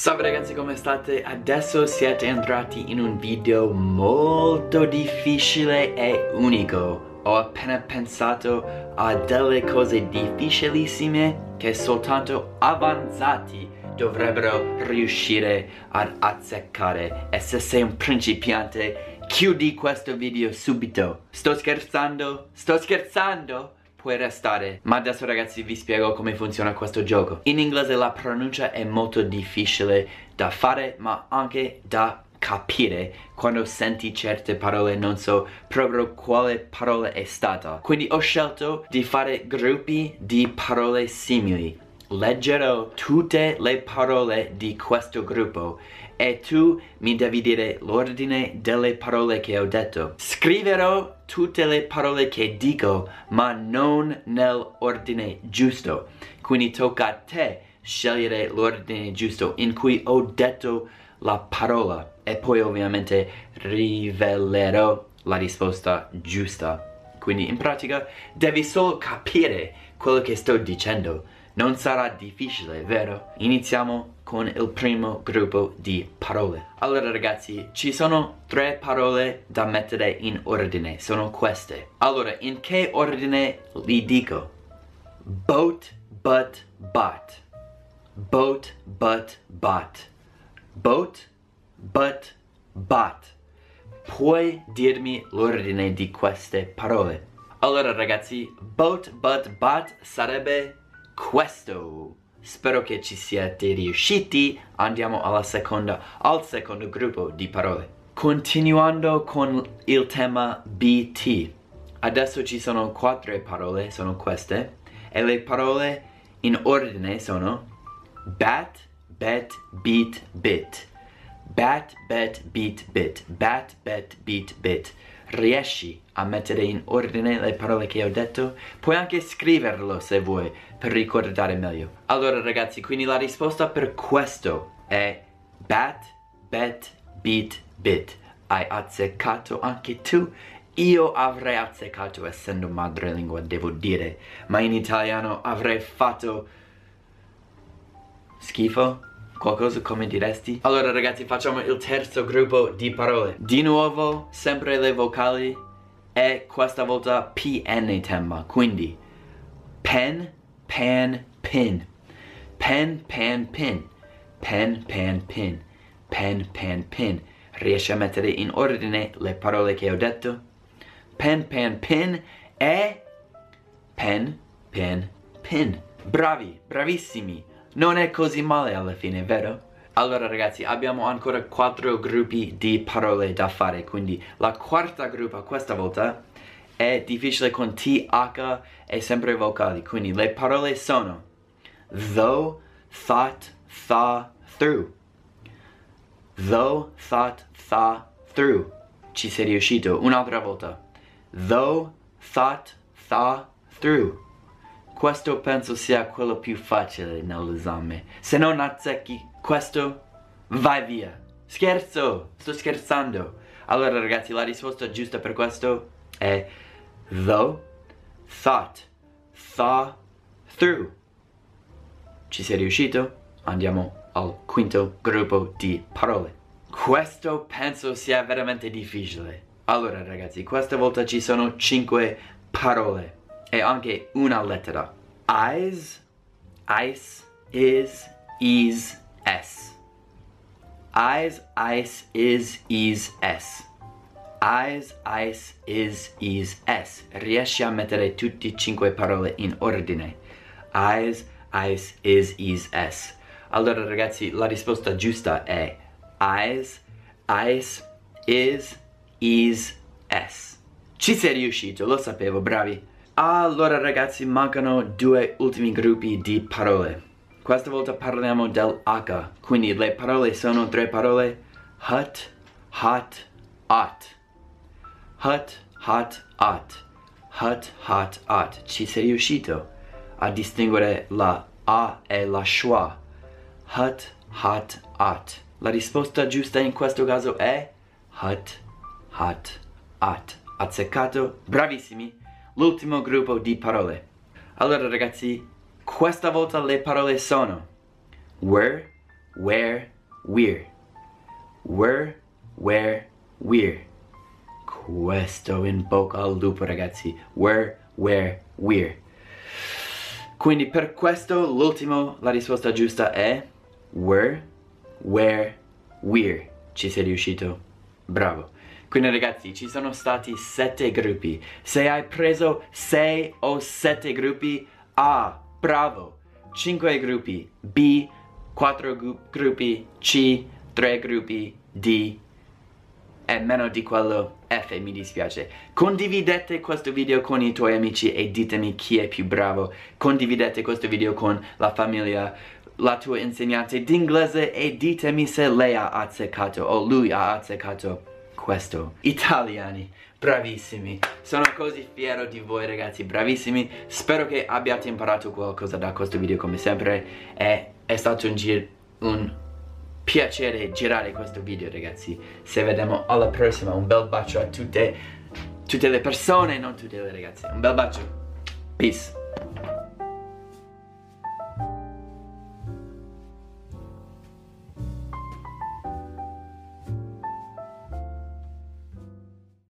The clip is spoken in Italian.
Salve ragazzi, come state? Adesso siete entrati in un video molto difficile e unico. Ho appena pensato a delle cose difficilissime che soltanto avanzati dovrebbero riuscire ad azzeccare. E se sei un principiante, chiudi questo video subito. Sto scherzando? Sto scherzando? Puoi restare. Ma adesso ragazzi vi spiego come funziona questo gioco. In inglese la pronuncia è molto difficile da fare, ma anche da capire. Quando senti certe parole non so proprio quale parola è stata. Quindi ho scelto di fare gruppi di parole simili. Leggerò tutte le parole di questo gruppo e tu mi devi dire l'ordine delle parole che ho detto. Scriverò tutte le parole che dico, ma non nell'ordine giusto. Quindi tocca a te scegliere l'ordine giusto in cui ho detto la parola e poi ovviamente rivelerò la risposta giusta. Quindi in pratica devi solo capire quello che sto dicendo. Non sarà difficile, vero? Iniziamo con il primo gruppo di parole. Allora ragazzi, ci sono 3 parole da mettere in ordine, sono queste. Allora, in che ordine li dico? Boat, but, bot. Boat, but, bot. Boat, but, bot. Puoi dirmi l'ordine di queste parole? Allora ragazzi, boat, but, bot sarebbe questo. Spero che ci siate riusciti. Andiamo al secondo gruppo di parole. Continuando con il tema BT. Adesso ci sono 4 parole, sono queste. E le parole in ordine sono bat, bet, beat, bit. Bat, bet, beat, bit. Bat, bet, beat, bit. Riesci a mettere in ordine le parole che ho detto? Puoi anche scriverlo se vuoi per ricordare meglio. Allora ragazzi, quindi la risposta per questo è bat, bet, beat, bit. Hai azzeccato anche tu? Io avrei azzeccato essendo madrelingua, devo dire, ma in italiano avrei fatto schifo? Qualcosa come diresti? Allora ragazzi, facciamo il terzo gruppo di parole. Di nuovo, sempre le vocali e questa volta PN tema. Quindi pen, pan, pin. Pen, pan, pin. Pen, pan, pin. Pen, pan, pin. Riesci a mettere in ordine le parole che ho detto? Pen, pan, pin e pen, pan, pin. Bravi, bravissimi. Non è così male alla fine, vero? Allora ragazzi, abbiamo ancora 4 gruppi di parole da fare, quindi la quarta gruppo questa volta è difficile con TH e sempre vocali, quindi le parole sono though, thought, thaw, through. Though, thought, thaw, through. Ci sei riuscito? Un'altra volta. Though, thought, thaw, through. Questo penso sia quello più facile nell'esame. Se non azzecchi questo, vai via. Scherzo, sto scherzando. Allora ragazzi, la risposta giusta per questo è though, thought, thaw, through. Ci sei riuscito? Andiamo al quinto gruppo di parole. Questo penso sia veramente difficile. Allora ragazzi, questa volta ci sono 5 parole. E anche una lettera. Eyes, ice, is, ease, s. Eyes, ice, is, ease, s. Eyes, ice, is, ease, s. Riesci a mettere tutte e 5 parole in ordine. Eyes, ice, is, ease, s. Allora ragazzi, la risposta giusta è eyes, ice, is, ease, s. Ci sei riuscito, lo sapevo, bravi. Allora ragazzi, mancano 2 ultimi gruppi di parole. Questa volta parliamo del H. Quindi le parole sono 3 parole. Hut, hot, hot. Hut, hot, hot. Hut, hot, hot. Ci sei riuscito a distinguere la A e la schwa? Hut, hot, hot. La risposta giusta in questo caso è hut, hot, hot. Azzeccato? Bravissimi! L'ultimo gruppo di parole. Allora ragazzi, questa volta le parole sono were, where, we're. Were, where, we're. Questo in bocca al lupo, ragazzi. Were, where, we're. Quindi per questo l'ultimo, la risposta giusta è were, where, we're. Ci sei riuscito? Bravo. Quindi ragazzi, ci sono stati 7 gruppi. Se hai preso 6 o 7 gruppi, A, bravo. 5 gruppi, B, 4 gruppi, C, 3 gruppi, D, e meno di quello, F, mi dispiace. Condividete questo video con i tuoi amici e ditemi chi è più bravo. Condividete questo video con la famiglia, la tua insegnante d'inglese e ditemi se lei ha azzeccato o lui ha azzeccato questo. Italiani, bravissimi. Sono così fiero di voi ragazzi, bravissimi. Spero che abbiate imparato qualcosa da questo video come sempre. È stato un piacere girare questo video ragazzi. Se vediamo alla prossima, un bel bacio a tutte le persone, non tutte le ragazze. Un bel bacio. Peace.